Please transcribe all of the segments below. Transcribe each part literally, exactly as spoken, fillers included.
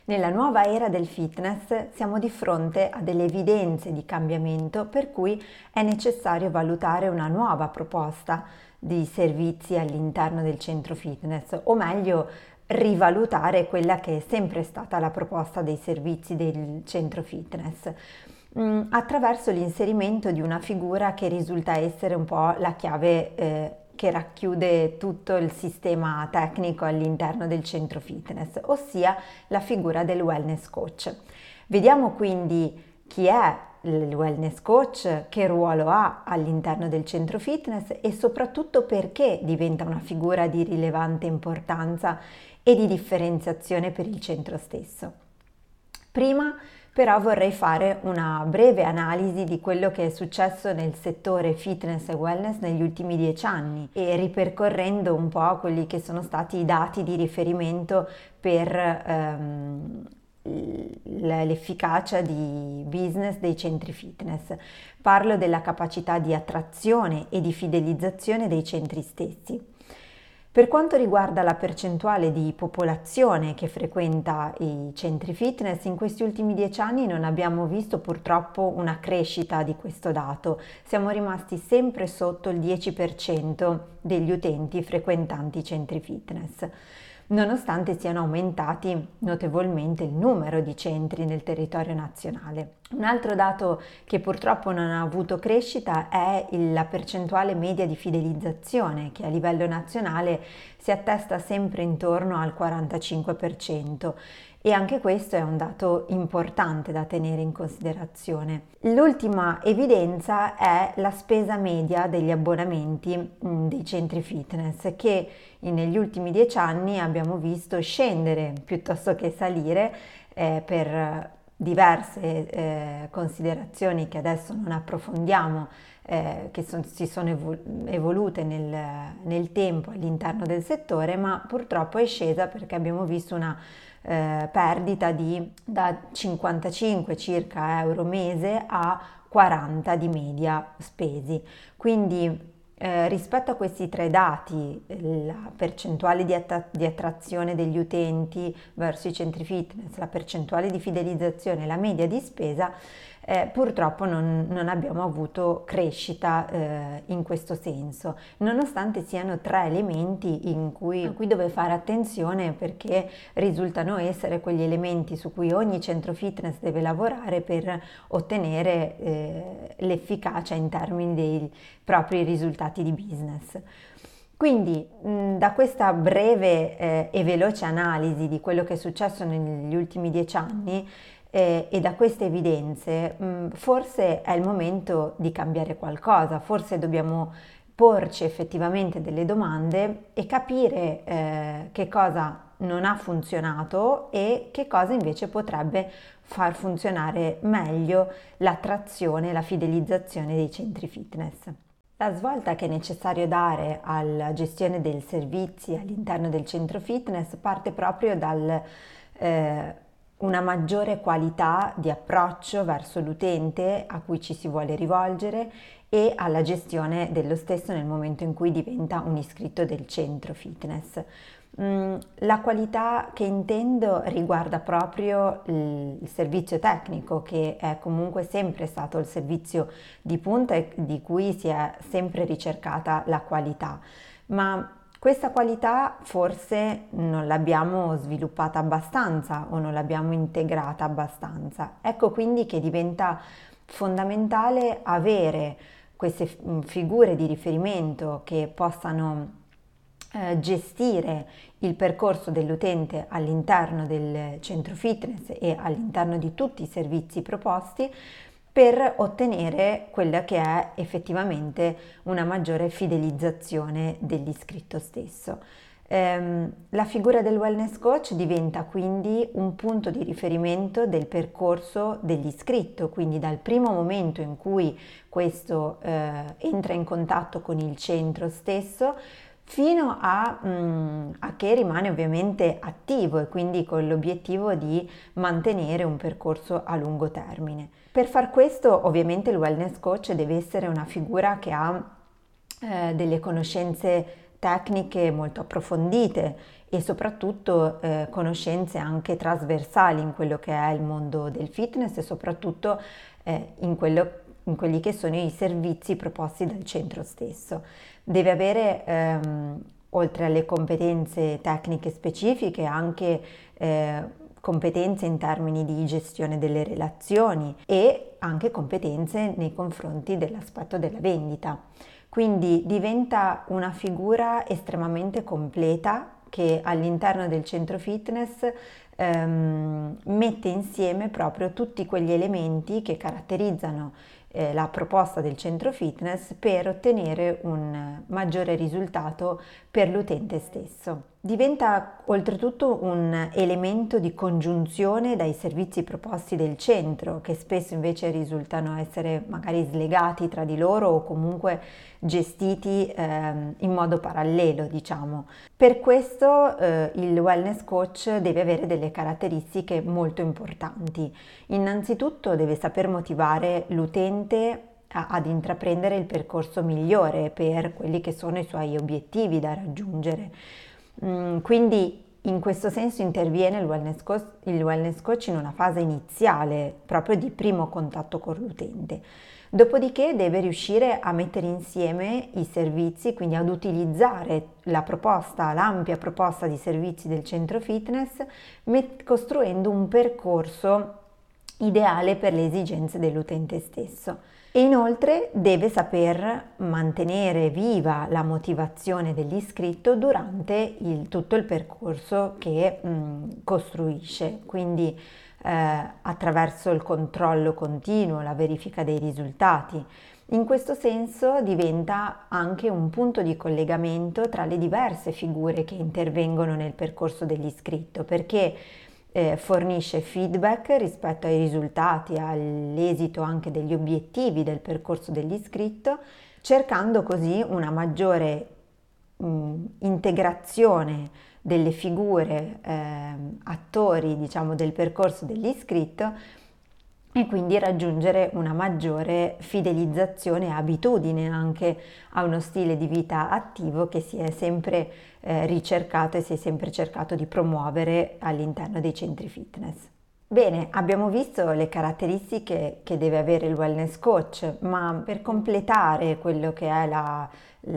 Nella nuova era del fitness siamo di fronte a delle evidenze di cambiamento per cui è necessario valutare una nuova proposta di servizi all'interno del centro fitness, o meglio rivalutare quella che è sempre stata la proposta dei servizi del centro fitness, mh, attraverso l'inserimento di una figura che risulta essere un po' la chiave eh, che racchiude tutto il sistema tecnico all'interno del centro fitness, ossia la figura del wellness coach. Vediamo quindi chi è il wellness coach, che ruolo ha all'interno del centro fitness e soprattutto perché diventa una figura di rilevante importanza e di differenziazione per il centro stesso. Prima però vorrei fare una breve analisi di quello che è successo nel settore fitness e wellness negli ultimi dieci anni e ripercorrendo un po' quelli che sono stati i dati di riferimento per ehm, l'efficacia di business dei centri fitness. Parlo della capacità di attrazione e di fidelizzazione dei centri stessi. Per quanto riguarda la percentuale di popolazione che frequenta i centri fitness, in questi ultimi dieci anni non abbiamo visto purtroppo una crescita di questo dato. Siamo rimasti sempre sotto il dieci per cento degli utenti frequentanti i centri fitness, nonostante siano aumentati notevolmente il numero di centri nel territorio nazionale. Un altro dato che purtroppo non ha avuto crescita è la percentuale media di fidelizzazione, che a livello nazionale si attesta sempre intorno al quarantacinque per cento. E anche questo è un dato importante da tenere in considerazione. L'ultima evidenza è la spesa media degli abbonamenti mh, dei centri fitness, che negli ultimi dieci anni abbiamo visto scendere piuttosto che salire eh, per diverse eh, considerazioni che adesso non approfondiamo, eh, che son, si sono evolute nel, nel tempo all'interno del settore, ma purtroppo è scesa perché abbiamo visto una Eh, perdita di da cinquantacinque circa euro mese a quaranta di media spesi. Quindi eh, rispetto a questi tre dati, la percentuale di, att- di attrazione degli utenti verso i centri fitness, la percentuale di fidelizzazione e la media di spesa, eh, purtroppo non, non abbiamo avuto crescita eh, in questo senso, nonostante siano tre elementi in cui, a cui dove fare attenzione, perché risultano essere quegli elementi su cui ogni centro fitness deve lavorare per ottenere eh, l'efficacia in termini dei propri risultati di business. Quindi mh, da questa breve eh, e veloce analisi di quello che è successo negli ultimi dieci anni eh, e da queste evidenze, mh, forse è il momento di cambiare qualcosa, forse dobbiamo porci effettivamente delle domande e capire eh, che cosa non ha funzionato e che cosa invece potrebbe far funzionare meglio l'attrazione e la fidelizzazione dei centri fitness. La svolta che è necessario dare alla gestione dei servizi all'interno del centro fitness parte proprio dal eh, una maggiore qualità di approccio verso l'utente a cui ci si vuole rivolgere e alla gestione dello stesso nel momento in cui diventa un iscritto del centro fitness. Mm, la qualità che intendo riguarda proprio il, il servizio tecnico, che è comunque sempre stato il servizio di punta e di cui si è sempre ricercata la qualità, ma questa qualità forse non l'abbiamo sviluppata abbastanza o non l'abbiamo integrata abbastanza. Ecco quindi che diventa fondamentale avere queste figure di riferimento che possano eh, gestire il percorso dell'utente all'interno del centro fitness e all'interno di tutti i servizi proposti, per ottenere quella che è effettivamente una maggiore fidelizzazione dell'iscritto stesso. Ehm, la figura del wellness coach diventa quindi un punto di riferimento del percorso dell'iscritto, quindi dal primo momento in cui questo eh, entra in contatto con il centro stesso fino a, mm, a che rimane ovviamente attivo e quindi con l'obiettivo di mantenere un percorso a lungo termine. Per far questo ovviamente il wellness coach deve essere una figura che ha eh, delle conoscenze tecniche molto approfondite e soprattutto eh, conoscenze anche trasversali in quello che è il mondo del fitness e soprattutto eh, in, quello, in quelli che sono i servizi proposti dal centro stesso. Deve avere, ehm, oltre alle competenze tecniche specifiche, anche eh, competenze in termini di gestione delle relazioni e anche competenze nei confronti dell'aspetto della vendita. Quindi diventa una figura estremamente completa che all'interno del centro fitness ehm, mette insieme proprio tutti quegli elementi che caratterizzano eh, la proposta del centro fitness per ottenere un maggiore risultato per l'utente stesso. Diventa oltretutto un elemento di congiunzione dai servizi proposti del centro, che spesso invece risultano essere magari slegati tra di loro o comunque gestiti ehm, in modo parallelo, diciamo. Per questo eh, il wellness coach deve avere delle caratteristiche molto importanti. Innanzitutto deve saper motivare l'utente a, ad intraprendere il percorso migliore per quelli che sono i suoi obiettivi da raggiungere. Mm, quindi in questo senso interviene il wellness coach, il wellness coach in una fase iniziale, proprio di primo contatto con l'utente. Dopodiché deve riuscire a mettere insieme i servizi, quindi ad utilizzare la proposta, l'ampia proposta di servizi del centro fitness, met- costruendo un percorso ideale per le esigenze dell'utente stesso. E inoltre deve saper mantenere viva la motivazione dell'iscritto durante il, tutto il percorso che mh, costruisce, quindi eh, attraverso il controllo continuo, la verifica dei risultati. In questo senso diventa anche un punto di collegamento tra le diverse figure che intervengono nel percorso dell'iscritto, perché Eh, fornisce feedback rispetto ai risultati, all'esito anche degli obiettivi del percorso dell'iscritto, cercando così una maggiore mh, integrazione delle figure, eh, attori, diciamo, del percorso dell'iscritto e quindi raggiungere una maggiore fidelizzazione e abitudine anche a uno stile di vita attivo che si è sempre eh, ricercato e si è sempre cercato di promuovere all'interno dei centri fitness. Bene, abbiamo visto le caratteristiche che deve avere il wellness coach, ma per completare quello che è la,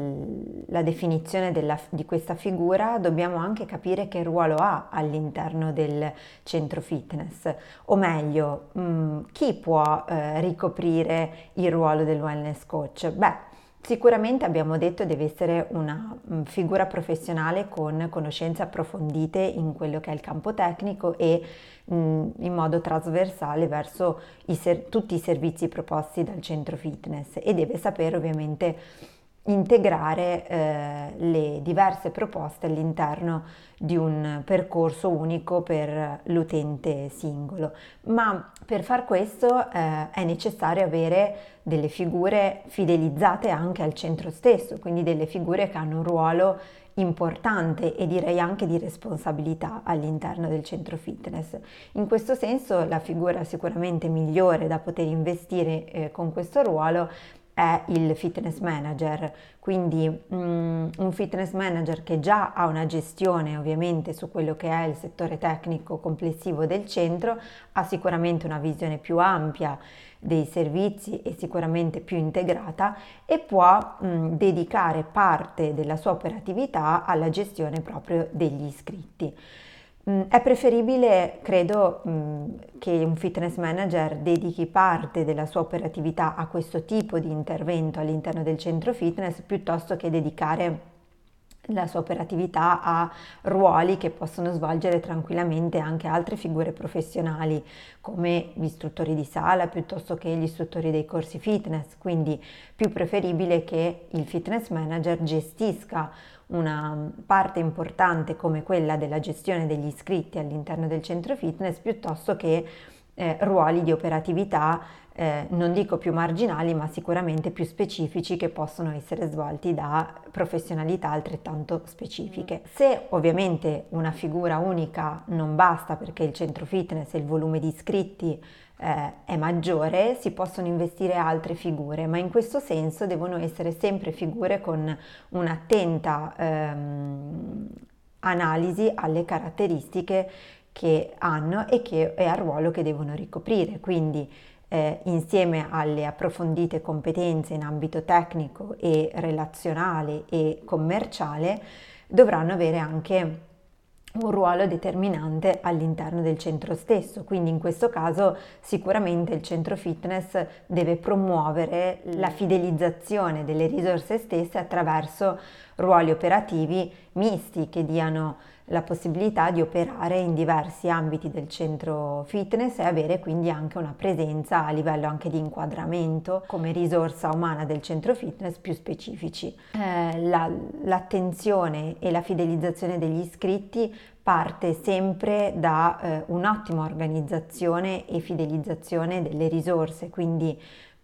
la definizione della, di questa figura dobbiamo anche capire che ruolo ha all'interno del centro fitness, o meglio, mh, chi può eh, ricoprire il ruolo del wellness coach? Beh, sicuramente abbiamo detto deve essere una figura professionale con conoscenze approfondite in quello che è il campo tecnico e mh, in modo trasversale verso i ser- tutti i servizi proposti dal centro fitness e deve sapere ovviamente integrare eh, le diverse proposte all'interno di un percorso unico per l'utente singolo. Ma per far questo eh, è necessario avere delle figure fidelizzate anche al centro stesso, quindi delle figure che hanno un ruolo importante e direi anche di responsabilità all'interno del centro fitness. In questo senso la figura sicuramente migliore da poter investire eh, con questo ruolo è il fitness manager, quindi um, un fitness manager che già ha una gestione ovviamente su quello che è il settore tecnico complessivo del centro, ha sicuramente una visione più ampia dei servizi e sicuramente più integrata e può um, dedicare parte della sua operatività alla gestione proprio degli iscritti. È preferibile, credo, che un fitness manager dedichi parte della sua operatività a questo tipo di intervento all'interno del centro fitness piuttosto che dedicare la sua operatività a ruoli che possono svolgere tranquillamente anche altre figure professionali come gli istruttori di sala piuttosto che gli istruttori dei corsi fitness, quindi più preferibile che il fitness manager gestisca una parte importante come quella della gestione degli iscritti all'interno del centro fitness piuttosto che eh, ruoli di operatività, eh, non dico più marginali, ma sicuramente più specifici, che possono essere svolti da professionalità altrettanto specifiche. Se ovviamente una figura unica non basta, perché il centro fitness e il volume di iscritti eh, è maggiore, si possono investire altre figure, ma in questo senso devono essere sempre figure con un'attenta ehm, analisi alle caratteristiche che hanno e, che, e al ruolo che devono ricoprire. Quindi eh, insieme alle approfondite competenze in ambito tecnico e relazionale e commerciale, dovranno avere anche un ruolo determinante all'interno del centro stesso. Quindi in questo caso sicuramente il centro fitness deve promuovere la fidelizzazione delle risorse stesse attraverso ruoli operativi misti, che diano la possibilità di operare in diversi ambiti del centro fitness e avere quindi anche una presenza a livello anche di inquadramento come risorsa umana del centro fitness più specifici. Eh, la, l'attenzione e la fidelizzazione degli iscritti parte sempre da eh, un'ottima organizzazione e fidelizzazione delle risorse, quindi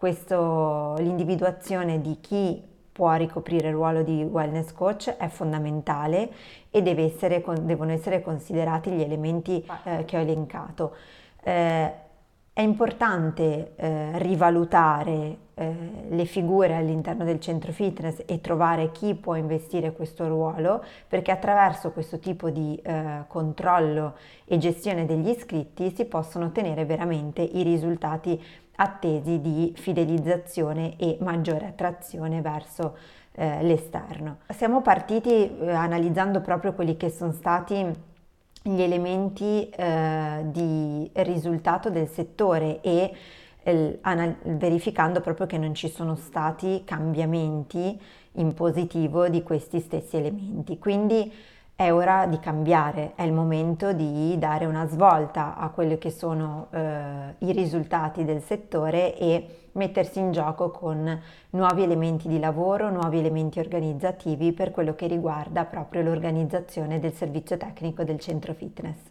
questo, l'individuazione di chi può ricoprire il ruolo di wellness coach è fondamentale e deve essere, devono essere considerati gli elementi eh, che ho elencato. Eh, è importante eh, rivalutare eh, le figure all'interno del centro fitness e trovare chi può investire questo ruolo, perché attraverso questo tipo di eh, controllo e gestione degli iscritti si possono ottenere veramente i risultati attesi di fidelizzazione e maggiore attrazione verso eh, l'esterno. Siamo partiti eh, analizzando proprio quelli che sono stati gli elementi eh, di risultato del settore e eh, anal- verificando proprio che non ci sono stati cambiamenti in positivo di questi stessi elementi. Quindi è ora di cambiare, è il momento di dare una svolta a quelli che sono eh, i risultati del settore e mettersi in gioco con nuovi elementi di lavoro, nuovi elementi organizzativi per quello che riguarda proprio l'organizzazione del servizio tecnico del centro fitness.